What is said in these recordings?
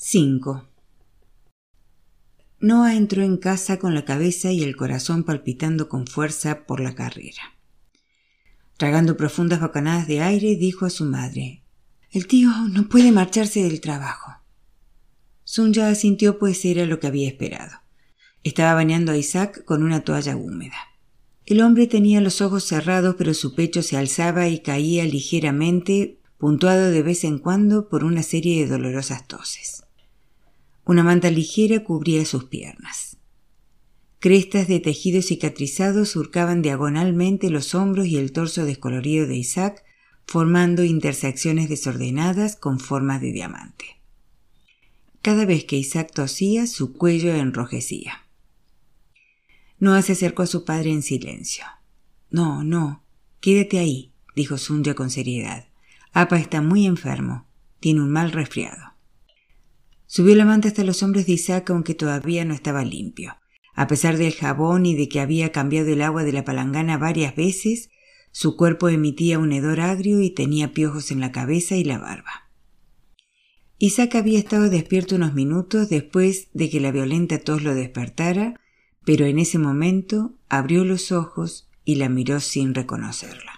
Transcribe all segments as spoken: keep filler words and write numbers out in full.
cinco. Noah entró en casa con la cabeza y el corazón palpitando con fuerza por la carrera. Tragando profundas bocanadas de aire, dijo a su madre: «El tío no puede marcharse del trabajo». Sunja asintió, pues era lo que había esperado. Estaba bañando a Isaac con una toalla húmeda. El hombre tenía los ojos cerrados, pero su pecho se alzaba y caía ligeramente, puntuado de vez en cuando por una serie de dolorosas toses. Una manta ligera cubría sus piernas. Crestas de tejido cicatrizado surcaban diagonalmente los hombros y el torso descolorido de Isaac, formando intersecciones desordenadas con formas de diamante. Cada vez que Isaac tosía, su cuello enrojecía. Noah se acercó a su padre en silencio. «No, no, quédate ahí», dijo Sunja con seriedad. «Apa está muy enfermo. Tiene un mal resfriado». Subió la manta hasta los hombros de Isaac, aunque todavía no estaba limpio. A pesar del jabón y de que había cambiado el agua de la palangana varias veces, su cuerpo emitía un hedor agrio y tenía piojos en la cabeza y la barba. Isaac había estado despierto unos minutos después de que la violenta tos lo despertara, pero en ese momento abrió los ojos y la miró sin reconocerla.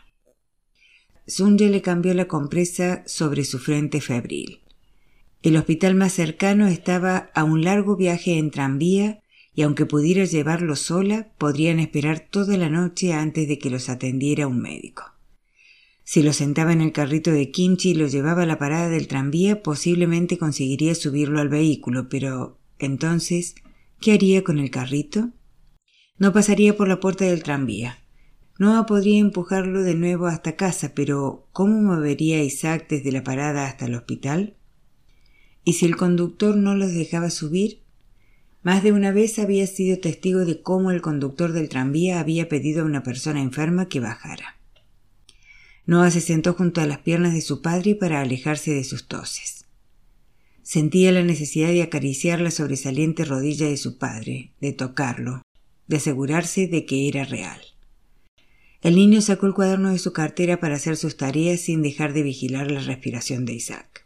Sunja le cambió la compresa sobre su frente febril. El hospital más cercano estaba a un largo viaje en tranvía y aunque pudiera llevarlo sola, podrían esperar toda la noche antes de que los atendiera un médico. Si lo sentaba en el carrito de Kimchi y lo llevaba a la parada del tranvía, posiblemente conseguiría subirlo al vehículo, pero entonces, ¿qué haría con el carrito? No pasaría por la puerta del tranvía. Noah podría empujarlo de nuevo hasta casa, pero ¿cómo movería a Isaac desde la parada hasta el hospital? ¿Y si el conductor no los dejaba subir? Más de una vez había sido testigo de cómo el conductor del tranvía había pedido a una persona enferma que bajara. Noah se sentó junto a las piernas de su padre para alejarse de sus toses. Sentía la necesidad de acariciar la sobresaliente rodilla de su padre, de tocarlo, de asegurarse de que era real. El niño sacó el cuaderno de su cartera para hacer sus tareas sin dejar de vigilar la respiración de Isaac.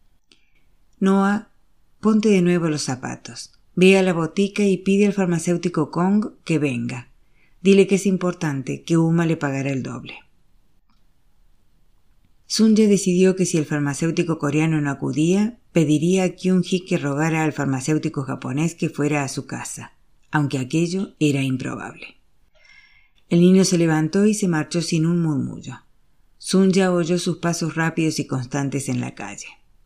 «Noah, ponte de nuevo los zapatos. Ve a la botica y pide al farmacéutico Kong que venga. Dile que es importante, que Uma le pagará el doble». Sunja decidió que si el farmacéutico coreano no acudía, pediría a Kyung-hee que rogara al farmacéutico japonés que fuera a su casa, aunque aquello era improbable. El niño se levantó y se marchó sin un murmullo. Sunja oyó sus pasos rápidos y constantes en la calle.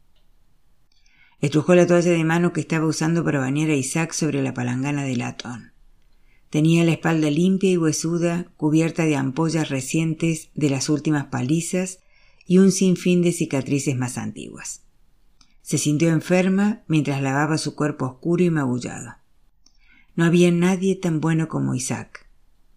Estrujó la toalla de mano que estaba usando para bañar a Isaac sobre la palangana de latón. Tenía la espalda limpia y huesuda, cubierta de ampollas recientes de las últimas palizas y un sinfín de cicatrices más antiguas. Se sintió enferma mientras lavaba su cuerpo oscuro y magullado. No había nadie tan bueno como Isaac.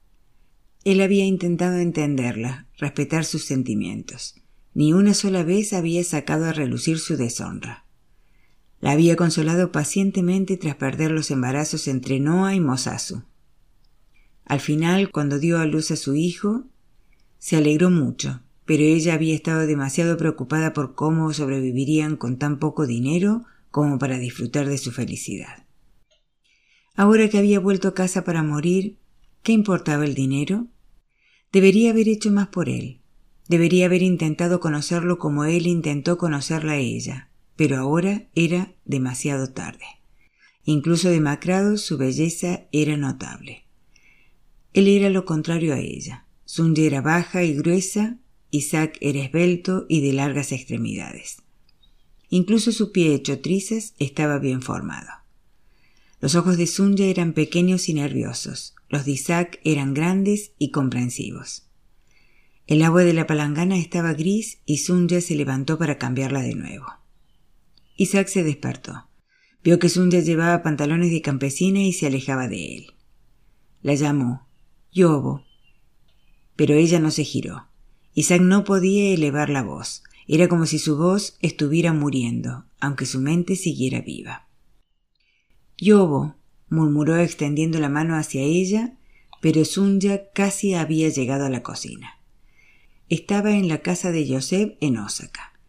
Él había intentado entenderla, respetar sus sentimientos. Ni una sola vez había sacado a relucir su deshonra. La había consolado pacientemente tras perder los embarazos entre Noah y Mosasu. Al final, cuando dio a luz a su hijo, se alegró mucho, pero ella había estado demasiado preocupada por cómo sobrevivirían con tan poco dinero como para disfrutar de su felicidad. Ahora que había vuelto a casa para morir, ¿qué importaba el dinero? Debería haber hecho más por él. Debería haber intentado conocerlo como él intentó conocerla a ella, pero ahora era demasiado tarde. Incluso demacrado, su belleza era notable. Él era lo contrario a ella. Sunja era baja y gruesa, Isaac era esbelto y de largas extremidades. Incluso su pie hecho trizas estaba bien formado. Los ojos de Sunja eran pequeños y nerviosos, los de Isaac eran grandes y comprensivos. El agua de la palangana estaba gris y Sunja se levantó para cambiarla de nuevo. Isaac se despertó. Vio que Sunja llevaba pantalones de campesina y se alejaba de él. La llamó, Yobo, pero ella no se giró. Isaac no podía elevar la voz. Era como si su voz estuviera muriendo, aunque su mente siguiera viva. «Yobo», murmuró extendiendo la mano hacia ella, pero Sunja casi había llegado a la cocina. Estaba en la casa de Joseph en Osaka.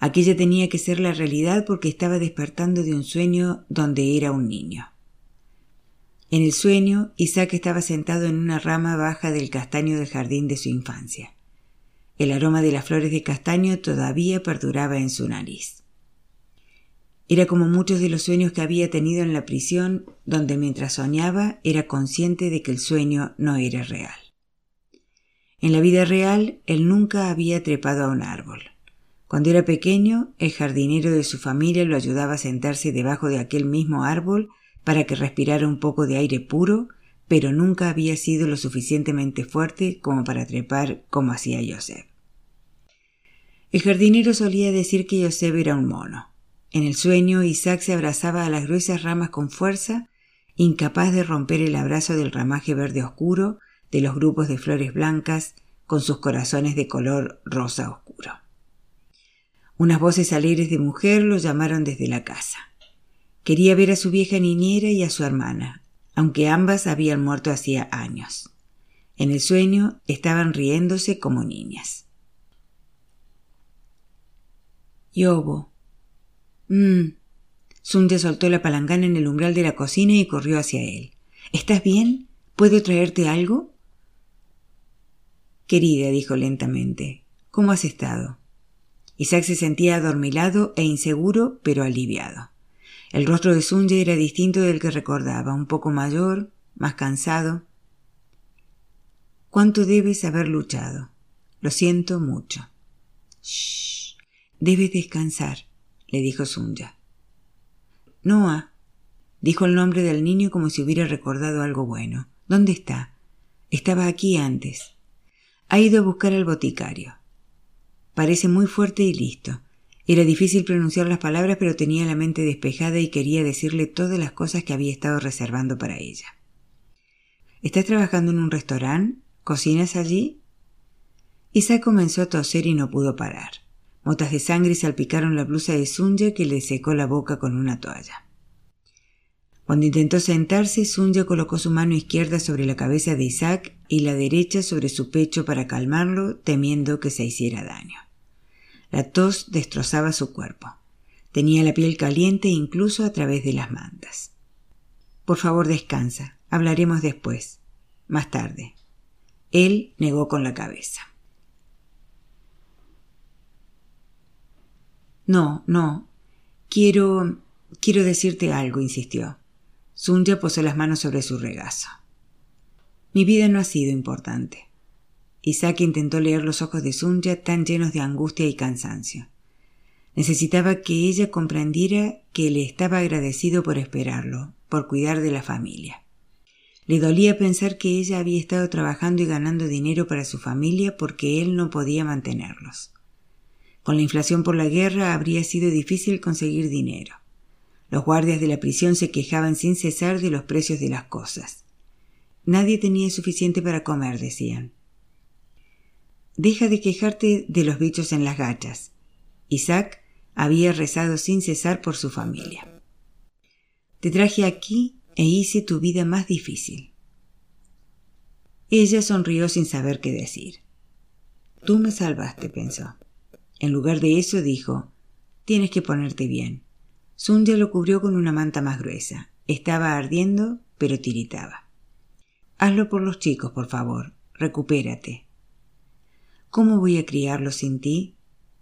Aquella tenía que ser la realidad porque estaba despertando de un sueño donde era un niño. En el sueño, Isaac estaba sentado en una rama baja del castaño del jardín de su infancia. El aroma de las flores de castaño todavía perduraba en su nariz. Era como muchos de los sueños que había tenido en la prisión, donde mientras soñaba era consciente de que el sueño no era real. En la vida real, él nunca había trepado a un árbol. Cuando era pequeño, el jardinero de su familia lo ayudaba a sentarse debajo de aquel mismo árbol para que respirara un poco de aire puro, pero nunca había sido lo suficientemente fuerte como para trepar como hacía Yosef. El jardinero solía decir que Yosef era un mono. En el sueño, Isaac se abrazaba a las gruesas ramas con fuerza, incapaz de romper el abrazo del ramaje verde oscuro, de los grupos de flores blancas, con sus corazones de color rosa oscuro. Unas voces alegres de mujer lo llamaron desde la casa. Quería ver a su vieja niñera y a su hermana, aunque ambas habían muerto hacía años. En el sueño estaban riéndose como niñas. Yobo. Mmm. Sunja soltó la palangana en el umbral de la cocina y corrió hacia él. ¿Estás bien? ¿Puedo traerte algo? Querida, dijo lentamente, ¿cómo has estado? Isaac se sentía adormilado e inseguro, pero aliviado. El rostro de Sunja era distinto del que recordaba, un poco mayor, más cansado. ¿Cuánto debes haber luchado? Lo siento mucho. Shh, debes descansar, le dijo Sunja. Noah, dijo el nombre del niño como si hubiera recordado algo bueno. ¿Dónde está? Estaba aquí antes. Ha ido a buscar al boticario. Parece muy fuerte y listo. Era difícil pronunciar las palabras, pero tenía la mente despejada y quería decirle todas las cosas que había estado reservando para ella. ¿Estás trabajando en un restaurante? ¿Cocinas allí? Isaac comenzó a toser y no pudo parar. Motas de sangre salpicaron la blusa de Sunja, que le secó la boca con una toalla. Cuando intentó sentarse, Sunja colocó su mano izquierda sobre la cabeza de Isaac y la derecha sobre su pecho para calmarlo, temiendo que se hiciera daño. La tos destrozaba su cuerpo. Tenía la piel caliente incluso a través de las mantas. Por favor, descansa. Hablaremos después. Más tarde. Él negó con la cabeza. No, no. Quiero... quiero decirte algo, insistió. Sunja posó las manos sobre su regazo. Mi vida no ha sido importante. Isaac intentó leer los ojos de Sunja tan llenos de angustia y cansancio. Necesitaba que ella comprendiera que le estaba agradecido por esperarlo, por cuidar de la familia. Le dolía pensar que ella había estado trabajando y ganando dinero para su familia porque él no podía mantenerlos. Con la inflación por la guerra habría sido difícil conseguir dinero. Los guardias de la prisión se quejaban sin cesar de los precios de las cosas. Nadie tenía suficiente para comer, decían. Deja de quejarte de los bichos en las gachas. Isaac había rezado sin cesar por su familia. Te traje aquí e hice tu vida más difícil. Ella sonrió sin saber qué decir. Tú me salvaste, pensó. En lugar de eso dijo, tienes que ponerte bien. Sunja lo cubrió con una manta más gruesa. Estaba ardiendo, pero tiritaba. Hazlo por los chicos, por favor. Recupérate. ¿Cómo voy a criarlos sin ti?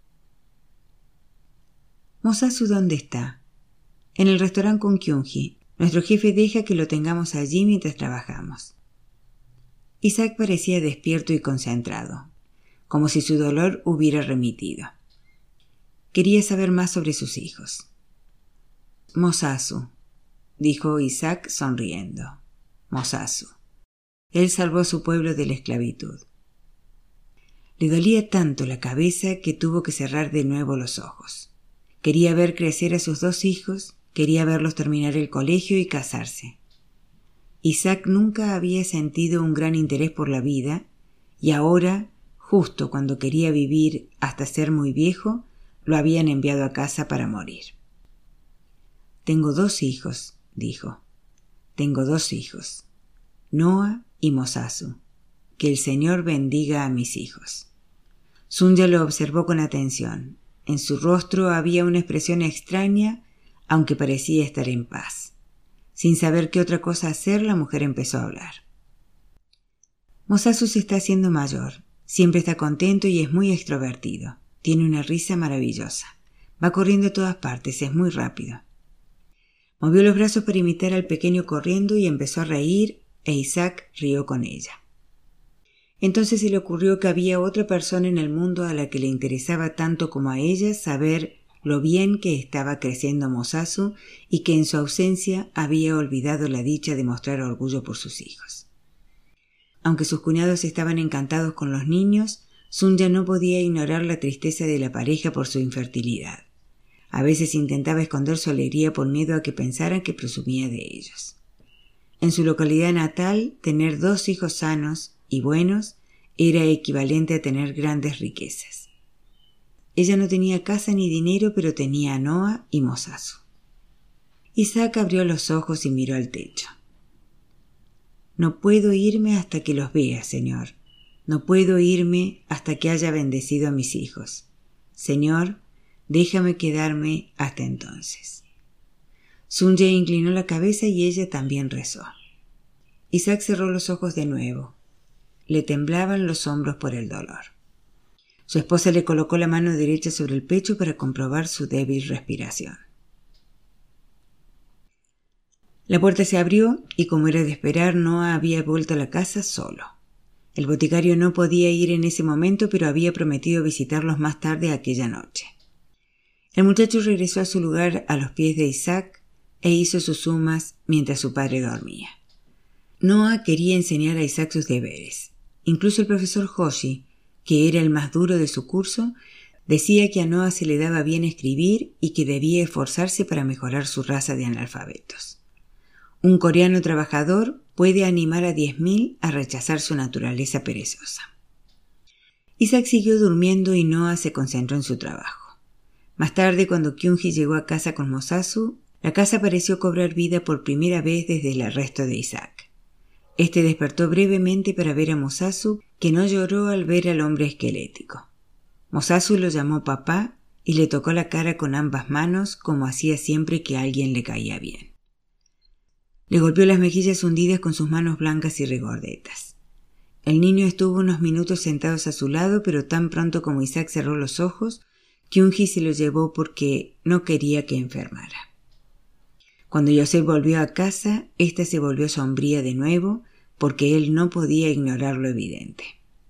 Mosasu, ¿dónde está? En el restaurante con Kyunji. Nuestro jefe deja que lo tengamos allí mientras trabajamos. Isaac parecía despierto y concentrado, como si su dolor hubiera remitido. Quería saber más sobre sus hijos. Mosasu, dijo Isaac sonriendo. Mosasu. Él salvó a su pueblo de la esclavitud. Le dolía tanto la cabeza que tuvo que cerrar de nuevo los ojos. Quería ver crecer a sus dos hijos, quería verlos terminar el colegio y casarse. Isaac nunca había sentido un gran interés por la vida, y ahora, justo cuando quería vivir hasta ser muy viejo, lo habían enviado a casa para morir. Tengo dos hijos, dijo. Tengo dos hijos, Noah y Mosasu. Que el Señor bendiga a mis hijos. Sunja lo observó con atención. En su rostro había una expresión extraña, aunque parecía estar en paz. Sin saber qué otra cosa hacer, la mujer empezó a hablar. Mosasu se está haciendo mayor. Siempre está contento y es muy extrovertido. Tiene una risa maravillosa. Va corriendo a todas partes, es muy rápido. Movió los brazos para imitar al pequeño corriendo y empezó a reír, e Isaac rió con ella. Entonces se le ocurrió que había otra persona en el mundo a la que le interesaba tanto como a ella saber lo bien que estaba creciendo Mosasu y que en su ausencia había olvidado la dicha de mostrar orgullo por sus hijos. Aunque sus cuñados estaban encantados con los niños, Sunya no podía ignorar la tristeza de la pareja por su infertilidad. A veces intentaba esconder su alegría por miedo a que pensaran que presumía de ellos. En su localidad natal, tener dos hijos sanos y buenos era equivalente a tener grandes riquezas. Ella no tenía casa ni dinero, pero tenía a Noa y Mosasu. Isaac abrió los ojos y miró al techo. No puedo irme hasta que los vea, Señor. No puedo irme hasta que haya bendecido a mis hijos. Señor, déjame quedarme hasta entonces. Sunya inclinó la cabeza y ella también rezó. Isaac cerró los ojos de nuevo. Le temblaban los hombros por el dolor. Su esposa le colocó la mano derecha sobre el pecho para comprobar su débil respiración. La puerta se abrió y, como era de esperar, Noa había vuelto a la casa solo. El boticario no podía ir en ese momento, pero había prometido visitarlos más tarde aquella noche. El muchacho regresó a su lugar a los pies de Isaac e hizo sus sumas mientras su padre dormía. Noa quería enseñar a Isaac sus deberes. Incluso el profesor Hoshi, que era el más duro de su curso, decía que a Noa se le daba bien escribir y que debía esforzarse para mejorar su raza de analfabetos. Un coreano trabajador puede animar a diez mil a rechazar su naturaleza perezosa. Isaac siguió durmiendo y Noa se concentró en su trabajo. Más tarde, cuando Kyung-hee llegó a casa con Mosasu, la casa pareció cobrar vida por primera vez desde el arresto de Isaac. Este despertó brevemente para ver a Mosasu, que no lloró al ver al hombre esquelético. Mosasu lo llamó papá y le tocó la cara con ambas manos, como hacía siempre que a alguien le caía bien. Le golpeó las mejillas hundidas con sus manos blancas y regordetas. El niño estuvo unos minutos sentados a su lado, pero tan pronto como Isaac cerró los ojos, Kyung-hee se lo llevó porque no quería que enfermara. Cuando Joseph volvió a casa, ésta se volvió sombría de nuevo, porque él no podía ignorar lo evidente.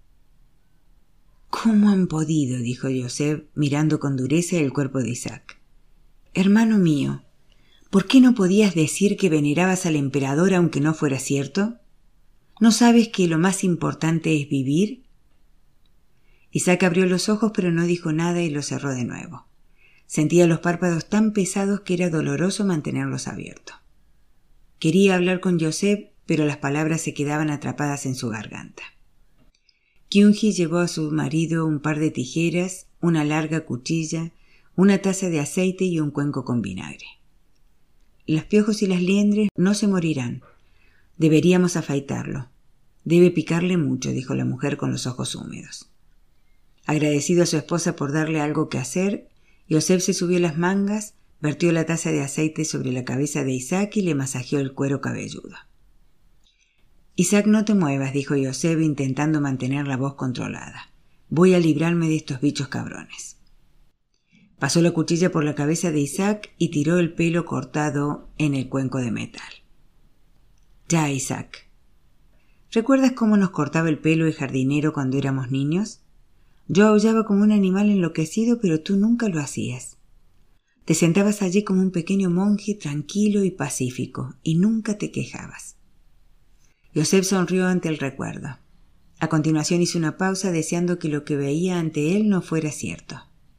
«¿Cómo han podido?», dijo Joseph, mirando con dureza el cuerpo de Isaac. «Hermano mío, ¿por qué no podías decir que venerabas al emperador aunque no fuera cierto? ¿No sabes que lo más importante es vivir?» Isaac abrió los ojos, pero no dijo nada y los cerró de nuevo. Sentía los párpados tan pesados que era doloroso mantenerlos abiertos. Quería hablar con Joseph, pero las palabras se quedaban atrapadas en su garganta. Kyung-hee llevó a su marido un par de tijeras, una larga cuchilla, una taza de aceite y un cuenco con vinagre. «Los piojos y las liendres no se morirán. Deberíamos afeitarlo. Debe picarle mucho», dijo la mujer con los ojos húmedos. Agradecido a su esposa por darle algo que hacer, Joseph se subió las mangas, vertió la taza de aceite sobre la cabeza de Isaac y le masajeó el cuero cabelludo. «Isaac, no te muevas», dijo Joseph intentando mantener la voz controlada. «Voy a librarme de estos bichos cabrones». Pasó la cuchilla por la cabeza de Isaac y tiró el pelo cortado en el cuenco de metal. «Ya, Isaac. ¿Recuerdas cómo nos cortaba el pelo el jardinero cuando éramos niños? Yo aullaba como un animal enloquecido, pero tú nunca lo hacías. Te sentabas allí como un pequeño monje tranquilo y pacífico, y nunca te quejabas». Joseph sonrió ante el recuerdo. A continuación hizo una pausa deseando que lo que veía ante él no fuera cierto.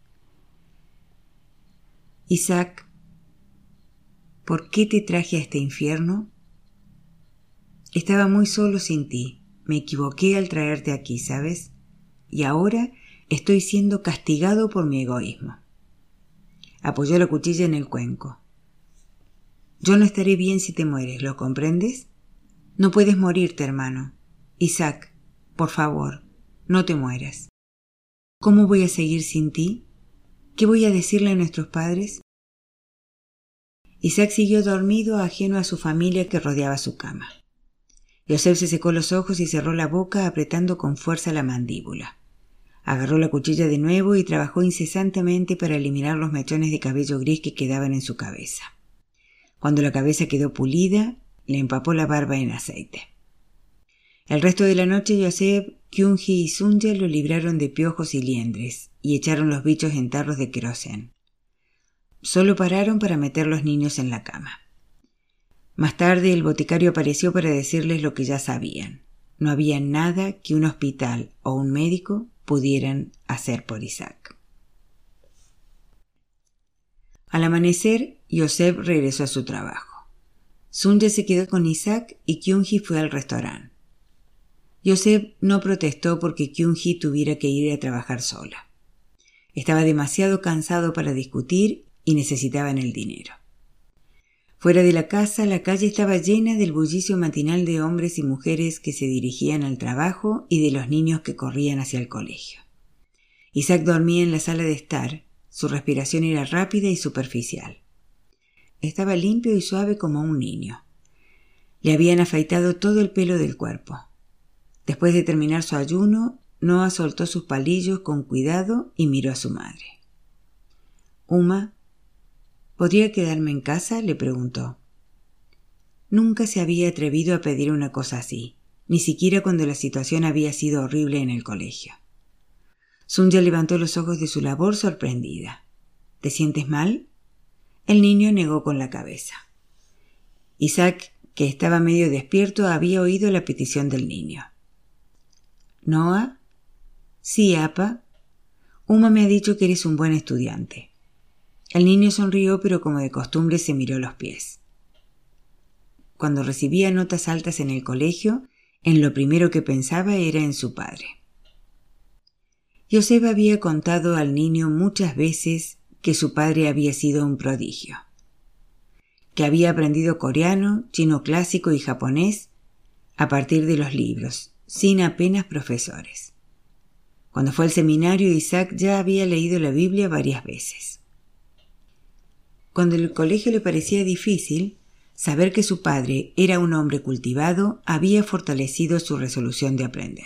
«Isaac, ¿por qué te traje a este infierno? Estaba muy solo sin ti. Me equivoqué al traerte aquí, ¿sabes? Y ahora estoy siendo castigado por mi egoísmo». Apoyó la cuchilla en el cuenco. «Yo no estaré bien si te mueres, ¿lo comprendes? No puedes morirte, hermano. Isaac, por favor, no te mueras. ¿Cómo voy a seguir sin ti? ¿Qué voy a decirle a nuestros padres? Isaac siguió dormido, ajeno a su familia que rodeaba su cama. Yosef se secó los ojos y cerró la boca, apretando con fuerza la mandíbula. Agarró la cuchilla de nuevo y trabajó incesantemente para eliminar los mechones de cabello gris que quedaban en su cabeza. Cuando la cabeza quedó pulida, le empapó la barba en aceite. El resto de la noche Yosef, Kyung-hee y Sun-ye lo libraron de piojos y liendres y echaron los bichos en tarros de querosén. Solo pararon para meter los niños en la cama. Más tarde el boticario apareció para decirles lo que ya sabían. No había nada que un hospital o un médico pudieran hacer por Isaac. Al amanecer, Yosef regresó a su trabajo. Sun-ye se quedó con Isaac y Kyung-hee fue al restaurante. Yosef no protestó porque Kyung-hee tuviera que ir a trabajar sola. Estaba demasiado cansado para discutir y necesitaban el dinero. Fuera de la casa, la calle estaba llena del bullicio matinal de hombres y mujeres que se dirigían al trabajo y de los niños que corrían hacia el colegio. Isaac dormía en la sala de estar. Su respiración era rápida y superficial. Estaba limpio y suave como un niño. Le habían afeitado todo el pelo del cuerpo. Después de terminar su ayuno, Noah soltó sus palillos con cuidado y miró a su madre. «Uma, ¿podría quedarme en casa?», le preguntó. Nunca se había atrevido a pedir una cosa así, ni siquiera cuando la situación había sido horrible en el colegio. Sun-ye levantó los ojos de su labor sorprendida. «¿Te sientes mal?». El niño negó con la cabeza. Isaac, que estaba medio despierto, había oído la petición del niño. «¿Noah?» «Sí, apa. Uma me ha dicho que eres un buen estudiante». El niño sonrió, pero como de costumbre se miró los pies. Cuando recibía notas altas en el colegio, en lo primero que pensaba era en su padre. Yosef había contado al niño muchas veces que su padre había sido un prodigio, que había aprendido coreano, chino clásico y japonés a partir de los libros, sin apenas profesores. Cuando fue al seminario, Isaac ya había leído la Biblia varias veces. Cuando el colegio le parecía difícil, saber que su padre era un hombre cultivado había fortalecido su resolución de aprender.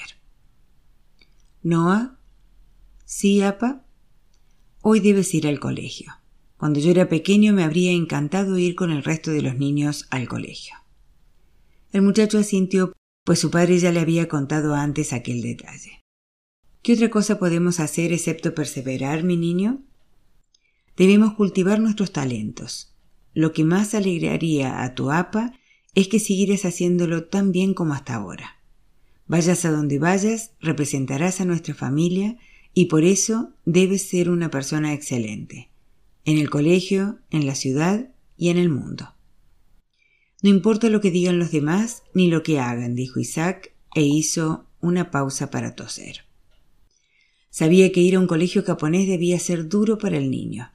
«Noah?» «Sí, apa. Hoy debes ir al colegio. Cuando yo era pequeño me habría encantado ir con el resto de los niños al colegio». El muchacho asintió, pues su padre ya le había contado antes aquel detalle. «¿Qué otra cosa podemos hacer excepto perseverar, mi niño?» «Debemos cultivar nuestros talentos. Lo que más alegraría a tu apa es que siguieras haciéndolo tan bien como hasta ahora. Vayas a donde vayas, representarás a nuestra familia y por eso debes ser una persona excelente, en el colegio, en la ciudad y en el mundo». «No importa lo que digan los demás ni lo que hagan», dijo Isaac e hizo una pausa para toser. Sabía que ir a un colegio japonés debía ser duro para el niño.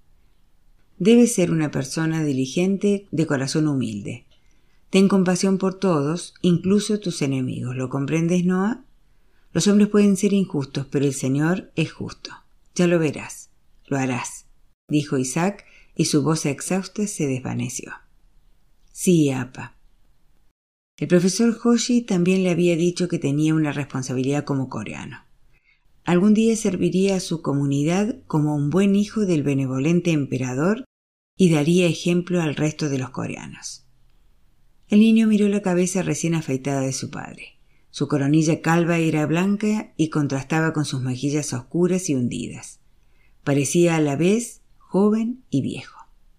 «Debes ser una persona diligente, de corazón humilde. Ten compasión por todos, incluso tus enemigos. ¿Lo comprendes, Noah? Los hombres pueden ser injustos, pero el Señor es justo. Ya lo verás. Lo harás», dijo Isaac, y su voz exhausta se desvaneció. «Sí, apa». El profesor Hoshi también le había dicho que tenía una responsabilidad como coreano. Algún día serviría a su comunidad como un buen hijo del benevolente emperador y daría ejemplo al resto de los coreanos. El niño miró la cabeza recién afeitada de su padre. Su coronilla calva era blanca y contrastaba con sus mejillas oscuras y hundidas. Parecía a la vez joven y viejo.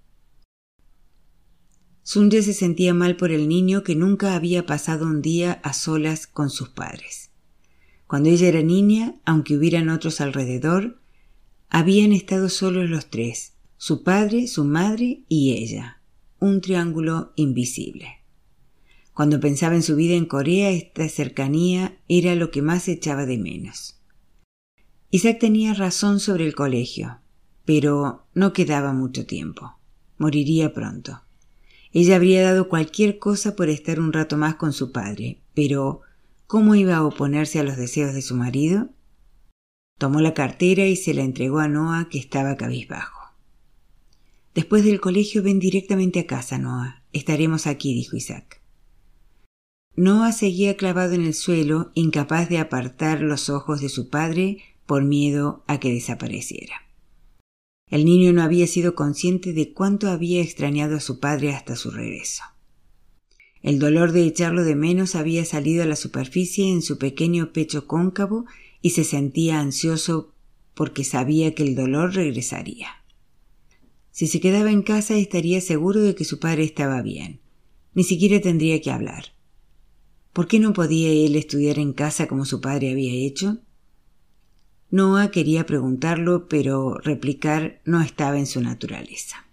Sun-ye se sentía mal por el niño que nunca había pasado un día a solas con sus padres. Cuando ella era niña, aunque hubieran otros alrededor, habían estado solos los tres, su padre, su madre y ella, un triángulo invisible. Cuando pensaba en su vida en Corea, esta cercanía era lo que más echaba de menos. Isaac tenía razón sobre el colegio, pero no quedaba mucho tiempo. Moriría pronto. Ella habría dado cualquier cosa por estar un rato más con su padre, pero ¿cómo iba a oponerse a los deseos de su marido? Tomó la cartera y se la entregó a Noah, que estaba cabizbajo. Después del colegio ven directamente a casa, Noah. Estaremos aquí, dijo Isaac. Noah seguía clavado en el suelo, incapaz de apartar los ojos de su padre por miedo a que desapareciera. El niño no había sido consciente de cuánto había extrañado a su padre hasta su regreso. El dolor de echarlo de menos había salido a la superficie en su pequeño pecho cóncavo y se sentía ansioso porque sabía que el dolor regresaría. Si se quedaba en casa estaría seguro de que su padre estaba bien. Ni siquiera tendría que hablar. ¿Por qué no podía él estudiar en casa como su padre había hecho? Noah quería preguntarlo, pero replicar no estaba en su naturaleza.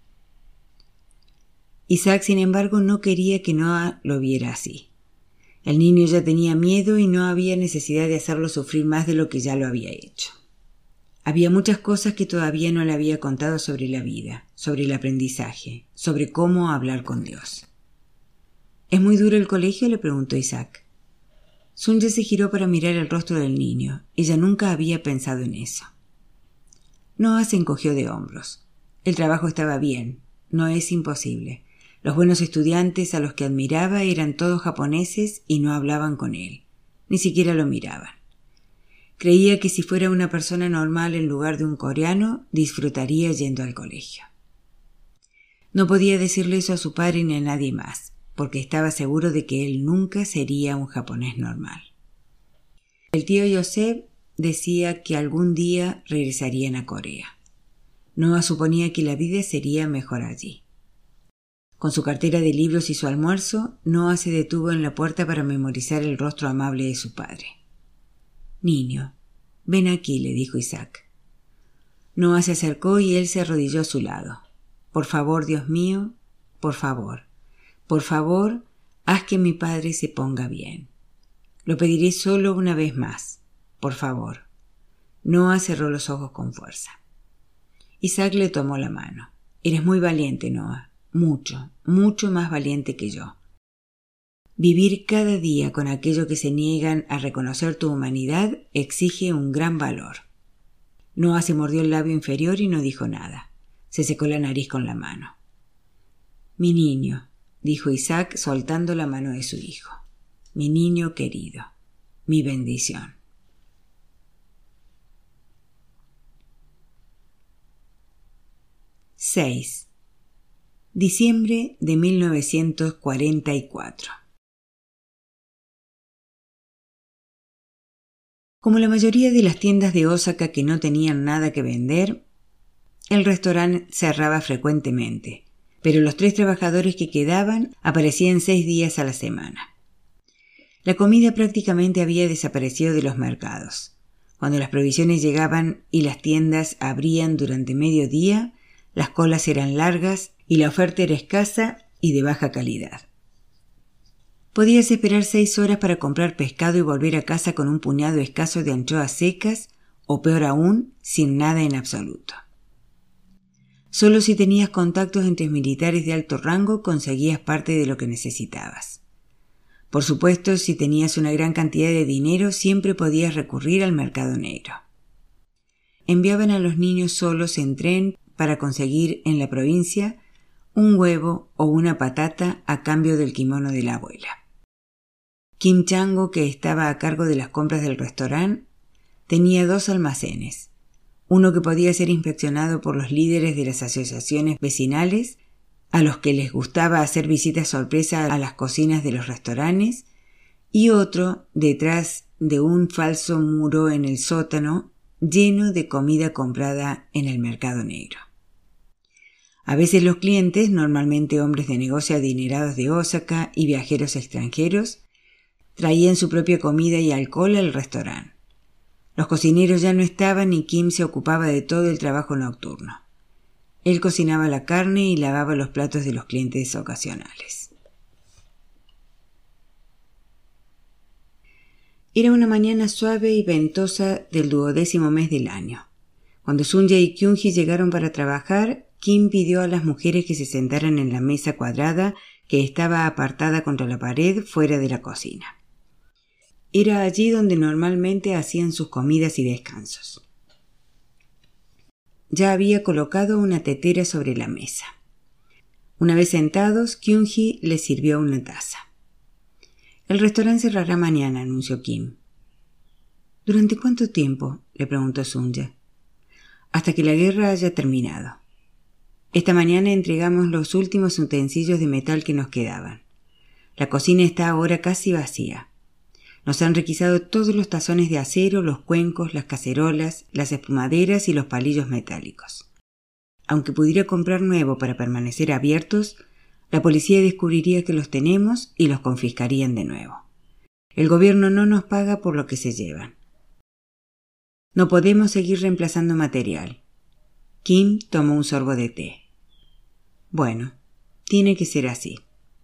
Isaac, sin embargo, no quería que Noah lo viera así. El niño ya tenía miedo y no había necesidad de hacerlo sufrir más de lo que ya lo había hecho. Había muchas cosas que todavía no le había contado sobre la vida, sobre el aprendizaje, sobre cómo hablar con Dios. ¿Es muy duro el colegio?, le preguntó Isaac. Sunye se giró para mirar el rostro del niño. Ella nunca había pensado en eso. Noah se encogió de hombros. El trabajo estaba bien. No es imposible. Los buenos estudiantes a los que admiraba eran todos japoneses y no hablaban con él. Ni siquiera lo miraban. Creía que si fuera una persona normal en lugar de un coreano, disfrutaría yendo al colegio. No podía decirle eso a su padre ni a nadie más, porque estaba seguro de que él nunca sería un japonés normal. El tío Joseph decía que algún día regresarían a Corea. Noah suponía que la vida sería mejor allí. Con su cartera de libros y su almuerzo, Noah se detuvo en la puerta para memorizar el rostro amable de su padre. «Niño, ven aquí», le dijo Isaac. Noah se acercó y él se arrodilló a su lado. «Por favor, Dios mío, por favor. Por favor, haz que mi padre se ponga bien. Lo pediré solo una vez más. Por favor». Noah cerró los ojos con fuerza. Isaac le tomó la mano. «Eres muy valiente, Noah. Mucho, mucho más valiente que yo. Vivir cada día con aquello que se niegan a reconocer tu humanidad exige un gran valor». Noah se mordió el labio inferior y no dijo nada. Se secó la nariz con la mano. «Mi niño», dijo Isaac soltando la mano de su hijo. «Mi niño querido, mi bendición». seis. Diciembre de mil novecientos cuarenta y cuatro. Como la mayoría de las tiendas de Osaka que no tenían nada que vender, el restaurante cerraba frecuentemente, pero los tres trabajadores que quedaban aparecían seis días a la semana. La comida prácticamente había desaparecido de los mercados. Cuando las provisiones llegaban y las tiendas abrían durante medio día, las colas eran largas y la oferta era escasa y de baja calidad. Podías esperar seis horas para comprar pescado y volver a casa con un puñado escaso de anchoas secas, o peor aún, sin nada en absoluto. Solo si tenías contactos entre militares de alto rango conseguías parte de lo que necesitabas. Por supuesto, si tenías una gran cantidad de dinero, siempre podías recurrir al mercado negro. Enviaban a los niños solos en tren para conseguir en la provincia un huevo o una patata a cambio del kimono de la abuela. Kim Chango, que estaba a cargo de las compras del restaurante, tenía dos almacenes, uno que podía ser inspeccionado por los líderes de las asociaciones vecinales, a los que les gustaba hacer visitas sorpresa a las cocinas de los restaurantes, y otro detrás de un falso muro en el sótano lleno de comida comprada en el mercado negro. A veces los clientes, normalmente hombres de negocio adinerados de Osaka y viajeros extranjeros, traían su propia comida y alcohol al restaurante. Los cocineros ya no estaban y Kim se ocupaba de todo el trabajo nocturno. Él cocinaba la carne y lavaba los platos de los clientes ocasionales. Era una mañana suave y ventosa del duodécimo mes del año. Cuando Sunye y Kyunji llegaron para trabajar, Kim pidió a las mujeres que se sentaran en la mesa cuadrada que estaba apartada contra la pared fuera de la cocina. Era allí donde normalmente hacían sus comidas y descansos. ya había colocado una tetera sobre la mesa. Una vez sentados, Kyung-hee les sirvió una taza. «El restaurante cerrará mañana», anunció Kim. «¿Durante cuánto tiempo?», le preguntó Sun-ya. «Hasta que la guerra haya terminado. Esta mañana entregamos los últimos utensilios de metal que nos quedaban. La cocina está ahora casi vacía. Nos han requisado todos los tazones de acero, los cuencos, las cacerolas, las espumaderas y los palillos metálicos. Aunque pudiera comprar nuevo para permanecer abiertos, la policía descubriría que los tenemos y los confiscarían de nuevo. El gobierno no nos paga por lo que se llevan. No podemos seguir reemplazando material». Kim tomó un sorbo de té. «Bueno, tiene que ser así».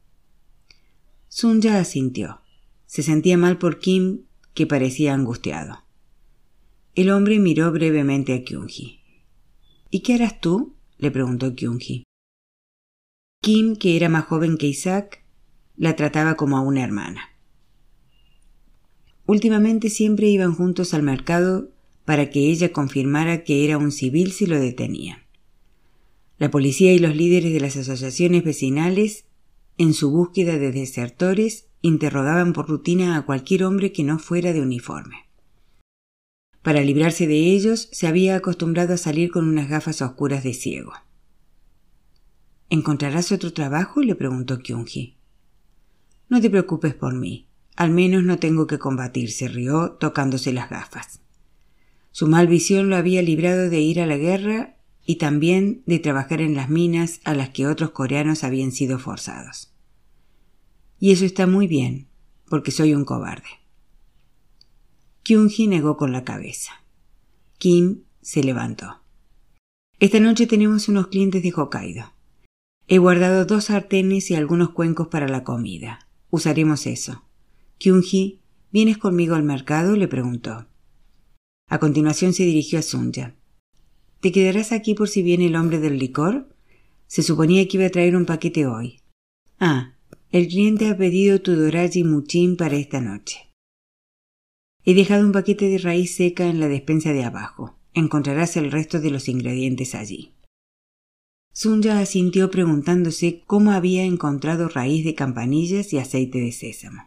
Sun-ya asintió. Se sentía mal por Kim, que parecía angustiado. El hombre miró brevemente a Kyung-hee. «¿Y qué harás tú?», le preguntó Kyung-hee. Kim, que era más joven que Isaac, la trataba como a una hermana. Últimamente siempre iban juntos al mercado para que ella confirmara que era un civil si lo detenían. La policía y los líderes de las asociaciones vecinales, en su búsqueda de desertores, interrogaban por rutina a cualquier hombre que no fuera de uniforme. Para librarse de ellos, se había acostumbrado a salir con unas gafas oscuras de ciego. «¿Encontrarás otro trabajo?», le preguntó Kyung-hee. «No te preocupes por mí. Al menos no tengo que combatir», se rió, tocándose las gafas. Su mal visión lo había librado de ir a la guerra y también de trabajar en las minas a las que otros coreanos habían sido forzados. «Y eso está muy bien, porque soy un cobarde». Kyung-hee negó con la cabeza. Kim se levantó. «Esta noche tenemos unos clientes de Hokkaido. He guardado dos sartenes y algunos cuencos para la comida. Usaremos eso. Kyung-hee, ¿vienes conmigo al mercado?», le preguntó. A continuación se dirigió a Sun-ya. «¿Te quedarás aquí por si viene el hombre del licor? Se suponía que iba a traer un paquete hoy. Ah, el cliente ha pedido tu doraji muchin para esta noche. He dejado un paquete de raíz seca en la despensa de abajo. Encontrarás el resto de los ingredientes allí». Sun-ya asintió preguntándose cómo había encontrado raíz de campanillas y aceite de sésamo.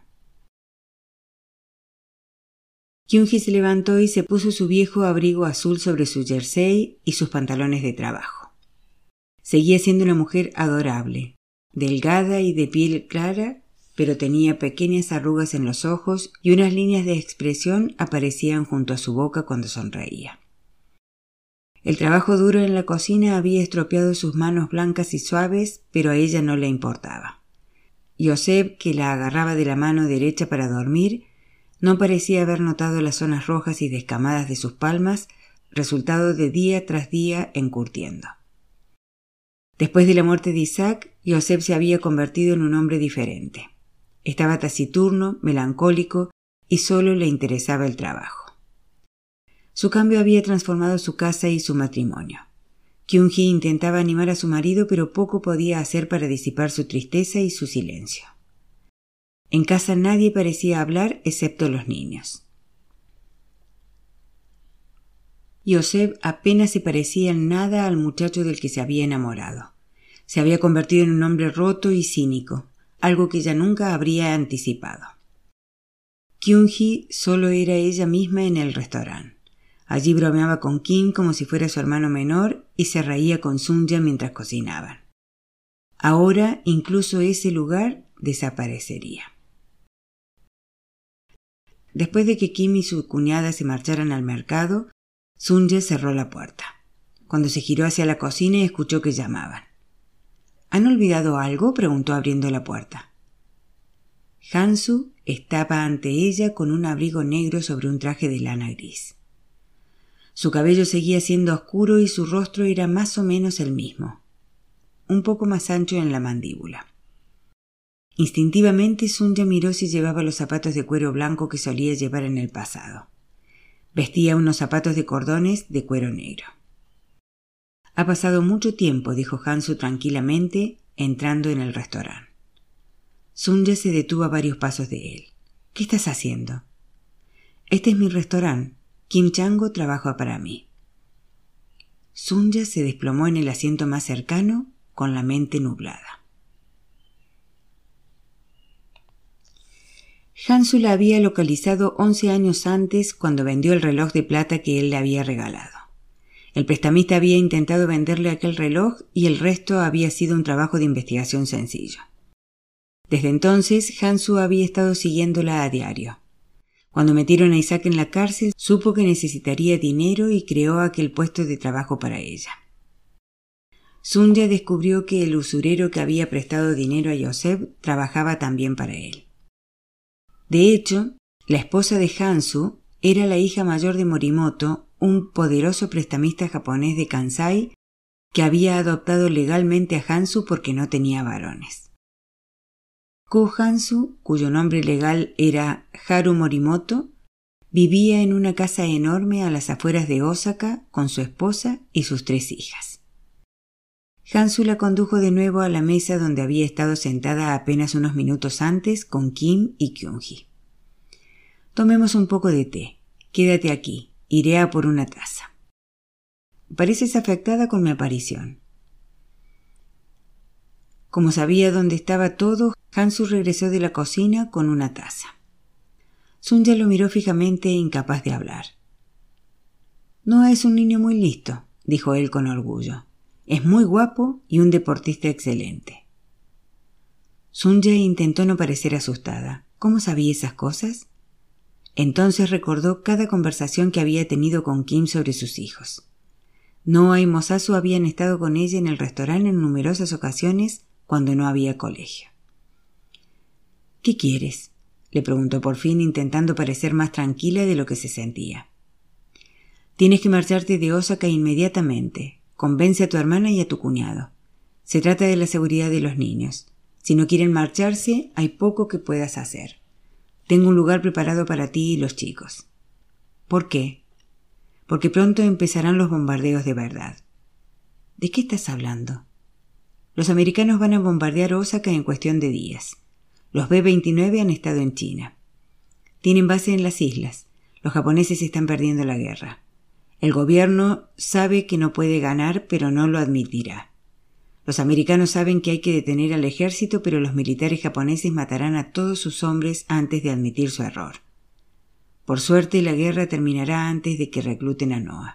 Kyung-hee se levantó y se puso su viejo abrigo azul sobre su jersey y sus pantalones de trabajo. Seguía siendo una mujer adorable, delgada y de piel clara, pero tenía pequeñas arrugas en los ojos y unas líneas de expresión aparecían junto a su boca cuando sonreía. El trabajo duro en la cocina había estropeado sus manos blancas y suaves, pero a ella no le importaba. Joseph, que la agarraba de la mano derecha para dormir, no parecía haber notado las zonas rojas y descamadas de sus palmas, resultado de día tras día encurtiendo. Después de la muerte de Isaac, Joseph se había convertido en un hombre diferente. Estaba taciturno, melancólico y solo le interesaba el trabajo. Su cambio había transformado su casa y su matrimonio. Kyung-hee intentaba animar a su marido, pero poco podía hacer para disipar su tristeza y su silencio. En casa nadie parecía hablar excepto los niños. Joseph apenas se parecía en nada al muchacho del que se había enamorado. Se había convertido en un hombre roto y cínico, algo que ella nunca habría anticipado. Kyung-hee solo era ella misma en el restaurante. Allí bromeaba con Kim como si fuera su hermano menor y se reía con Sun-ya mientras cocinaban. Ahora incluso ese lugar desaparecería. Después de que Kim y su cuñada se marcharan al mercado, Sun-ya cerró la puerta. Cuando se giró hacia la cocina escuchó que llamaban. ¿Han olvidado algo?, preguntó abriendo la puerta. Han-su estaba ante ella con un abrigo negro sobre un traje de lana gris. Su cabello seguía siendo oscuro y su rostro era más o menos el mismo, un poco más ancho en la mandíbula. Instintivamente Sun-ya miró si llevaba los zapatos de cuero blanco que solía llevar en el pasado. Vestía unos zapatos de cordones de cuero negro. «Ha pasado mucho tiempo», dijo Han-su tranquilamente, entrando en el restaurante. Sun-ya se detuvo a varios pasos de él. «¿Qué estás haciendo?» «Este es mi restaurante. Kim Chang-go trabaja para mí». Sunya se desplomó en el asiento más cercano, con la mente nublada. Hansu la había localizado once años antes cuando vendió el reloj de plata que él le había regalado. El prestamista había intentado venderle aquel reloj y el resto había sido un trabajo de investigación sencillo. Desde entonces, Hansu había estado siguiéndola a diario. Cuando metieron a Isaac en la cárcel, supo que necesitaría dinero y creó aquel puesto de trabajo para ella. Sunya descubrió que el usurero que había prestado dinero a Joseph trabajaba también para él. De hecho, la esposa de Hansu era la hija mayor de Morimoto, un poderoso prestamista japonés de Kansai que había adoptado legalmente a Hansu porque no tenía varones. Ko Hansu, cuyo nombre legal era Haru Morimoto, vivía en una casa enorme a las afueras de Osaka con su esposa y sus tres hijas. Hansu la condujo de nuevo a la mesa donde había estado sentada apenas unos minutos antes con Kim y Kyunji. «Tomemos un poco de té. Quédate aquí. Iré a por una taza. Pareces afectada con mi aparición». Como sabía dónde estaba todo, Hansu regresó de la cocina con una taza. Sunya lo miró fijamente, incapaz de hablar. «No es un niño muy listo», dijo él con orgullo. «Es muy guapo y un deportista excelente». Sunya intentó no parecer asustada. ¿Cómo sabía esas cosas? Entonces recordó cada conversación que había tenido con Kim sobre sus hijos. Noa y Mosasu habían estado con ella en el restaurante en numerosas ocasiones cuando no había colegio. «¿Qué quieres?», le preguntó por fin, intentando parecer más tranquila de lo que se sentía. «Tienes que marcharte de Osaka inmediatamente. Convence a tu hermana y a tu cuñado. Se trata de la seguridad de los niños. Si no quieren marcharse, hay poco que puedas hacer. Tengo un lugar preparado para ti y los chicos». «¿Por qué?». «Porque pronto empezarán los bombardeos de verdad». «¿De qué estás hablando?». «Los americanos van a bombardear Osaka en cuestión de días. Los B veintinueve han estado en China. Tienen base en las islas. Los japoneses están perdiendo la guerra. El gobierno sabe que no puede ganar, pero no lo admitirá. Los americanos saben que hay que detener al ejército, pero los militares japoneses matarán a todos sus hombres antes de admitir su error. Por suerte, la guerra terminará antes de que recluten a Noa».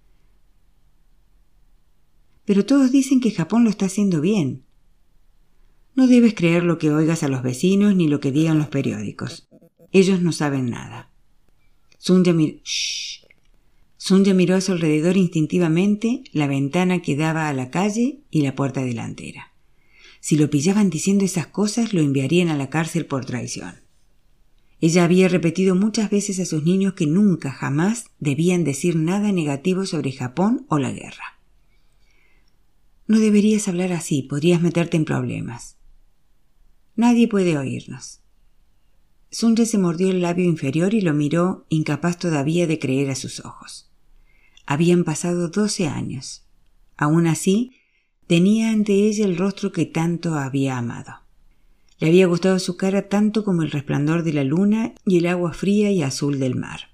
«Pero todos dicen que Japón lo está haciendo bien». «No debes creer lo que oigas a los vecinos ni lo que digan los periódicos. Ellos no saben nada». Sunya, mir- Shh. Sunya miró a su alrededor instintivamente, la ventana que daba a la calle y la puerta delantera. Si lo pillaban diciendo esas cosas, lo enviarían a la cárcel por traición. Ella había repetido muchas veces a sus niños que nunca, jamás debían decir nada negativo sobre Japón o la guerra. «No deberías hablar así, podrías meterte en problemas». «Nadie puede oírnos». Sunya se mordió el labio inferior y lo miró, incapaz todavía de creer a sus ojos. Habían pasado doce años. Aún así, tenía ante ella el rostro que tanto había amado. Le había gustado su cara tanto como el resplandor de la luna y el agua fría y azul del mar.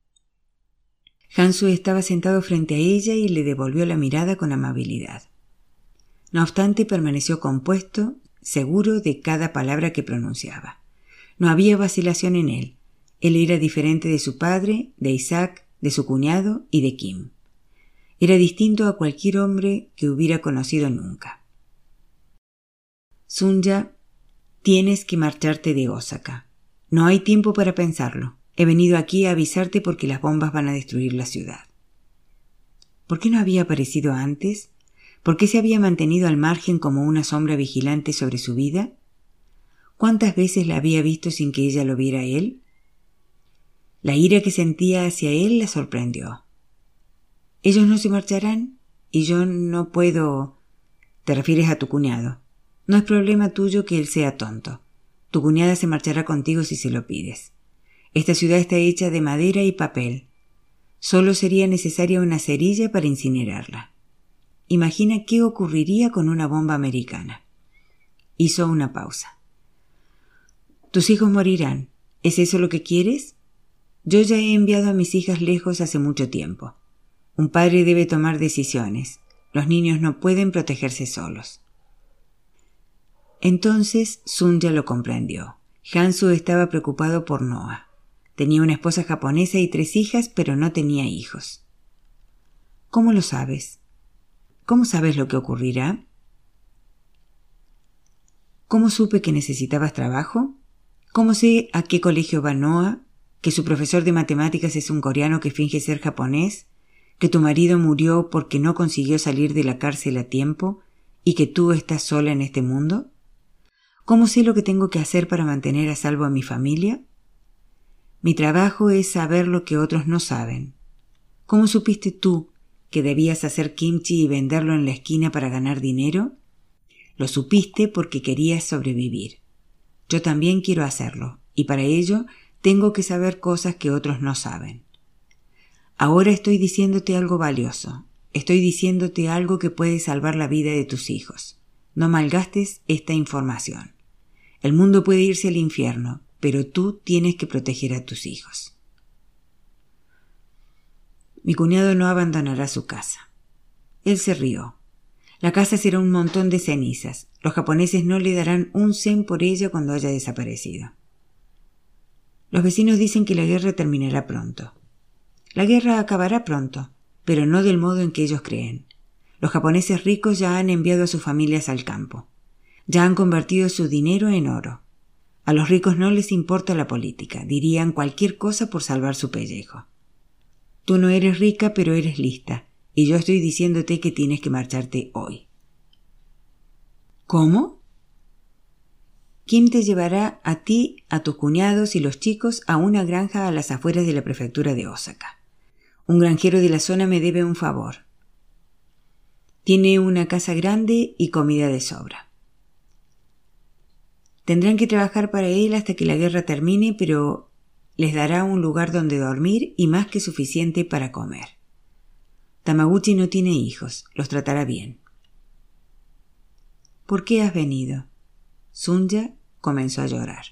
Hansu estaba sentado frente a ella y le devolvió la mirada con amabilidad. No obstante, permaneció compuesto, seguro de cada palabra que pronunciaba. No había vacilación en él. Él era diferente de su padre, de Isaac, de su cuñado y de Kim. Era distinto a cualquier hombre que hubiera conocido nunca. «Sunya, tienes que marcharte de Osaka. No hay tiempo para pensarlo. He venido aquí a avisarte porque las bombas van a destruir la ciudad». ¿Por qué no había aparecido antes? ¿Por qué se había mantenido al margen como una sombra vigilante sobre su vida? ¿Cuántas veces la había visto sin que ella lo viera a él? La ira que sentía hacia él la sorprendió. «Ellos no se marcharán y yo no puedo...» «Te refieres a tu cuñado. No es problema tuyo que él sea tonto. Tu cuñada se marchará contigo si se lo pides. Esta ciudad está hecha de madera y papel. Solo sería necesaria una cerilla para incinerarla. Imagina qué ocurriría con una bomba americana». Hizo una pausa. «Tus hijos morirán. ¿Es eso lo que quieres? Yo ya he enviado a mis hijas lejos hace mucho tiempo. Un padre debe tomar decisiones. Los niños no pueden protegerse solos. Entonces Sunja lo comprendió. Hansu estaba preocupado por Noah. Tenía una esposa japonesa y tres hijas, pero no tenía hijos. ¿Cómo lo sabes? ¿Cómo sabes lo que ocurrirá? ¿Cómo supe que necesitabas trabajo? ¿Cómo sé a qué colegio va Noah? ¿Que su profesor de matemáticas es un coreano que finge ser japonés? ¿Que tu marido murió porque no consiguió salir de la cárcel a tiempo? ¿Y que tú estás sola en este mundo? ¿Cómo sé lo que tengo que hacer para mantener a salvo a mi familia? Mi trabajo es saber lo que otros no saben. ¿Cómo supiste tú que debías hacer kimchi y venderlo en la esquina para ganar dinero? Lo supiste porque querías sobrevivir. Yo también quiero hacerlo, y para ello tengo que saber cosas que otros no saben. Ahora estoy diciéndote algo valioso. Estoy diciéndote algo que puede salvar la vida de tus hijos. No malgastes esta información. El mundo puede irse al infierno, pero tú tienes que proteger a tus hijos. Mi cuñado no abandonará su casa. Él se rió. La casa será un montón de cenizas. Los japoneses no le darán un cen por ella cuando haya desaparecido. Los vecinos dicen que la guerra terminará pronto. La guerra acabará pronto, pero no del modo en que ellos creen. Los japoneses ricos ya han enviado a sus familias al campo. Ya han convertido su dinero en oro. A los ricos no les importa la política. Dirían cualquier cosa por salvar su pellejo. Tú no eres rica, pero eres lista. Y yo estoy diciéndote que tienes que marcharte hoy. ¿Cómo? Kim te llevará a ti, a tus cuñados y los chicos a una granja a las afueras de la prefectura de Osaka. Un granjero de la zona me debe un favor. Tiene una casa grande y comida de sobra. Tendrán que trabajar para él hasta que la guerra termine, pero les dará un lugar donde dormir y más que suficiente para comer. Tamaguchi no tiene hijos, los tratará bien. ¿Por qué has venido? Sunja comenzó a llorar.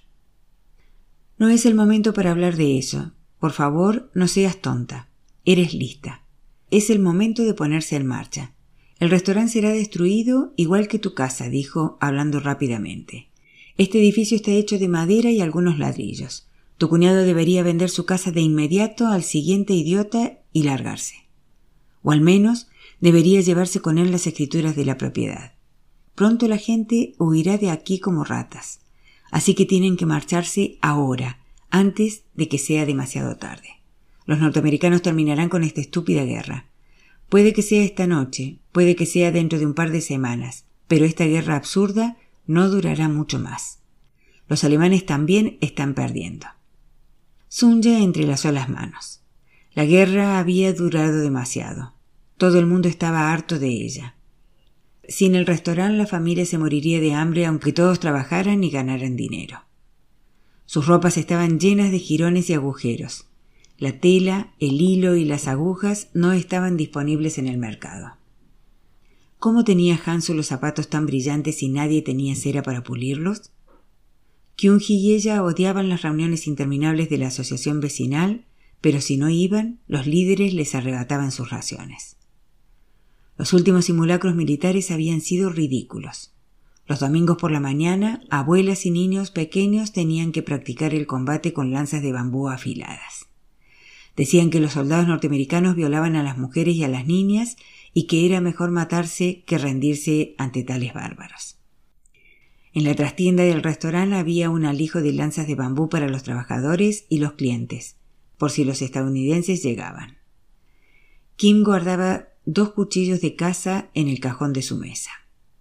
No es el momento para hablar de eso. Por favor, no seas tonta. Eres lista. Es el momento de ponerse en marcha. El restaurante será destruido igual que tu casa, dijo, hablando rápidamente. Este edificio está hecho de madera y algunos ladrillos. Tu cuñado debería vender su casa de inmediato al siguiente idiota y largarse. O al menos debería llevarse con él las escrituras de la propiedad. Pronto la gente huirá de aquí como ratas. Así que tienen que marcharse ahora, antes de que sea demasiado tarde. Los norteamericanos terminarán con esta estúpida guerra. Puede que sea esta noche, puede que sea dentro de un par de semanas, pero esta guerra absurda no durará mucho más. Los alemanes también están perdiendo. Sunja entrelazó las manos. La guerra había durado demasiado. Todo el mundo estaba harto de ella. Sin el restaurante la familia se moriría de hambre aunque todos trabajaran y ganaran dinero. Sus ropas estaban llenas de jirones y agujeros. La tela, el hilo y las agujas no estaban disponibles en el mercado. ¿Cómo tenía Hansu los zapatos tan brillantes y nadie tenía cera para pulirlos? Kyunji y ella odiaban las reuniones interminables de la asociación vecinal, pero si no iban, los líderes les arrebataban sus raciones. Los últimos simulacros militares habían sido ridículos. Los domingos por la mañana, abuelas y niños pequeños tenían que practicar el combate con lanzas de bambú afiladas. Decían que los soldados norteamericanos violaban a las mujeres y a las niñas y que era mejor matarse que rendirse ante tales bárbaros. En la trastienda del restaurante había un alijo de lanzas de bambú para los trabajadores y los clientes, por si los estadounidenses llegaban. Kim guardaba dos cuchillos de caza en el cajón de su mesa.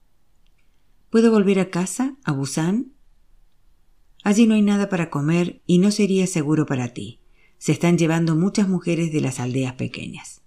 ¿Puedo volver a casa, a Busan? Allí no hay nada para comer y no sería seguro para ti. Se están llevando muchas mujeres de las aldeas pequeñas.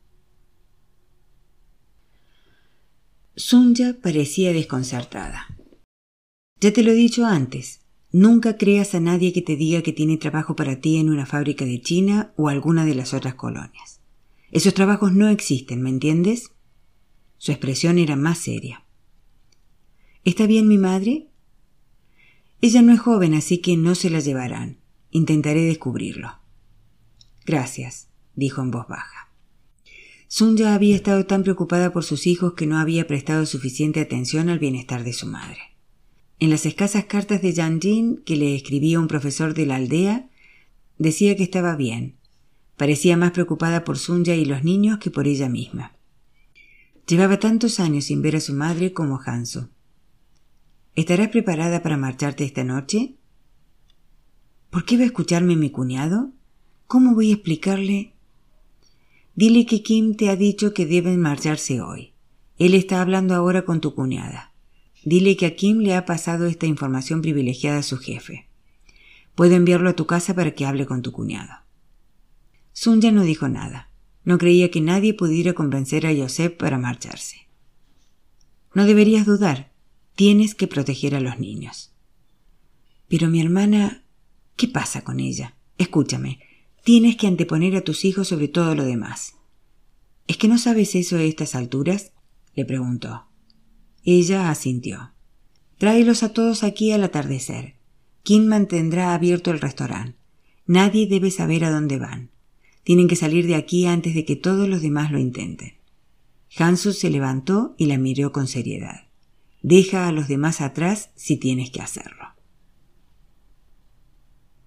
Sunja parecía desconcertada. Ya te lo he dicho antes, nunca creas a nadie que te diga que tiene trabajo para ti en una fábrica de China o alguna de las otras colonias. Esos trabajos no existen, ¿me entiendes? Su expresión era más seria. ¿Está bien mi madre? Ella no es joven, así que no se la llevarán. Intentaré descubrirlo. Gracias, dijo en voz baja. Sunya había estado tan preocupada por sus hijos que no había prestado suficiente atención al bienestar de su madre. En las escasas cartas de Yang Jin que le escribía un profesor de la aldea, decía que estaba bien. Parecía más preocupada por Sunya y los niños que por ella misma. Llevaba tantos años sin ver a su madre como Hanso. ¿Estarás preparada para marcharte esta noche? ¿Por qué va a escucharme mi cuñado? ¿Cómo voy a explicarle? Dile que Kim te ha dicho que deben marcharse hoy. Él está hablando ahora con tu cuñada. Dile que a Kim le ha pasado esta información privilegiada a su jefe. Puedo enviarlo a tu casa para que hable con tu cuñado. Sunya no dijo nada. No creía que nadie pudiera convencer a Joseph para marcharse. No deberías dudar. Tienes que proteger a los niños. Pero mi hermana... ¿Qué pasa con ella? Escúchame. Tienes que anteponer a tus hijos sobre todo lo demás. ¿Es que no sabes eso a estas alturas? Le preguntó. Ella asintió. Tráelos a todos aquí al atardecer. Kim mantendrá abierto el restaurante. Nadie debe saber a dónde van. Tienen que salir de aquí antes de que todos los demás lo intenten. Hanso se levantó y la miró con seriedad. Deja a los demás atrás si tienes que hacerlo.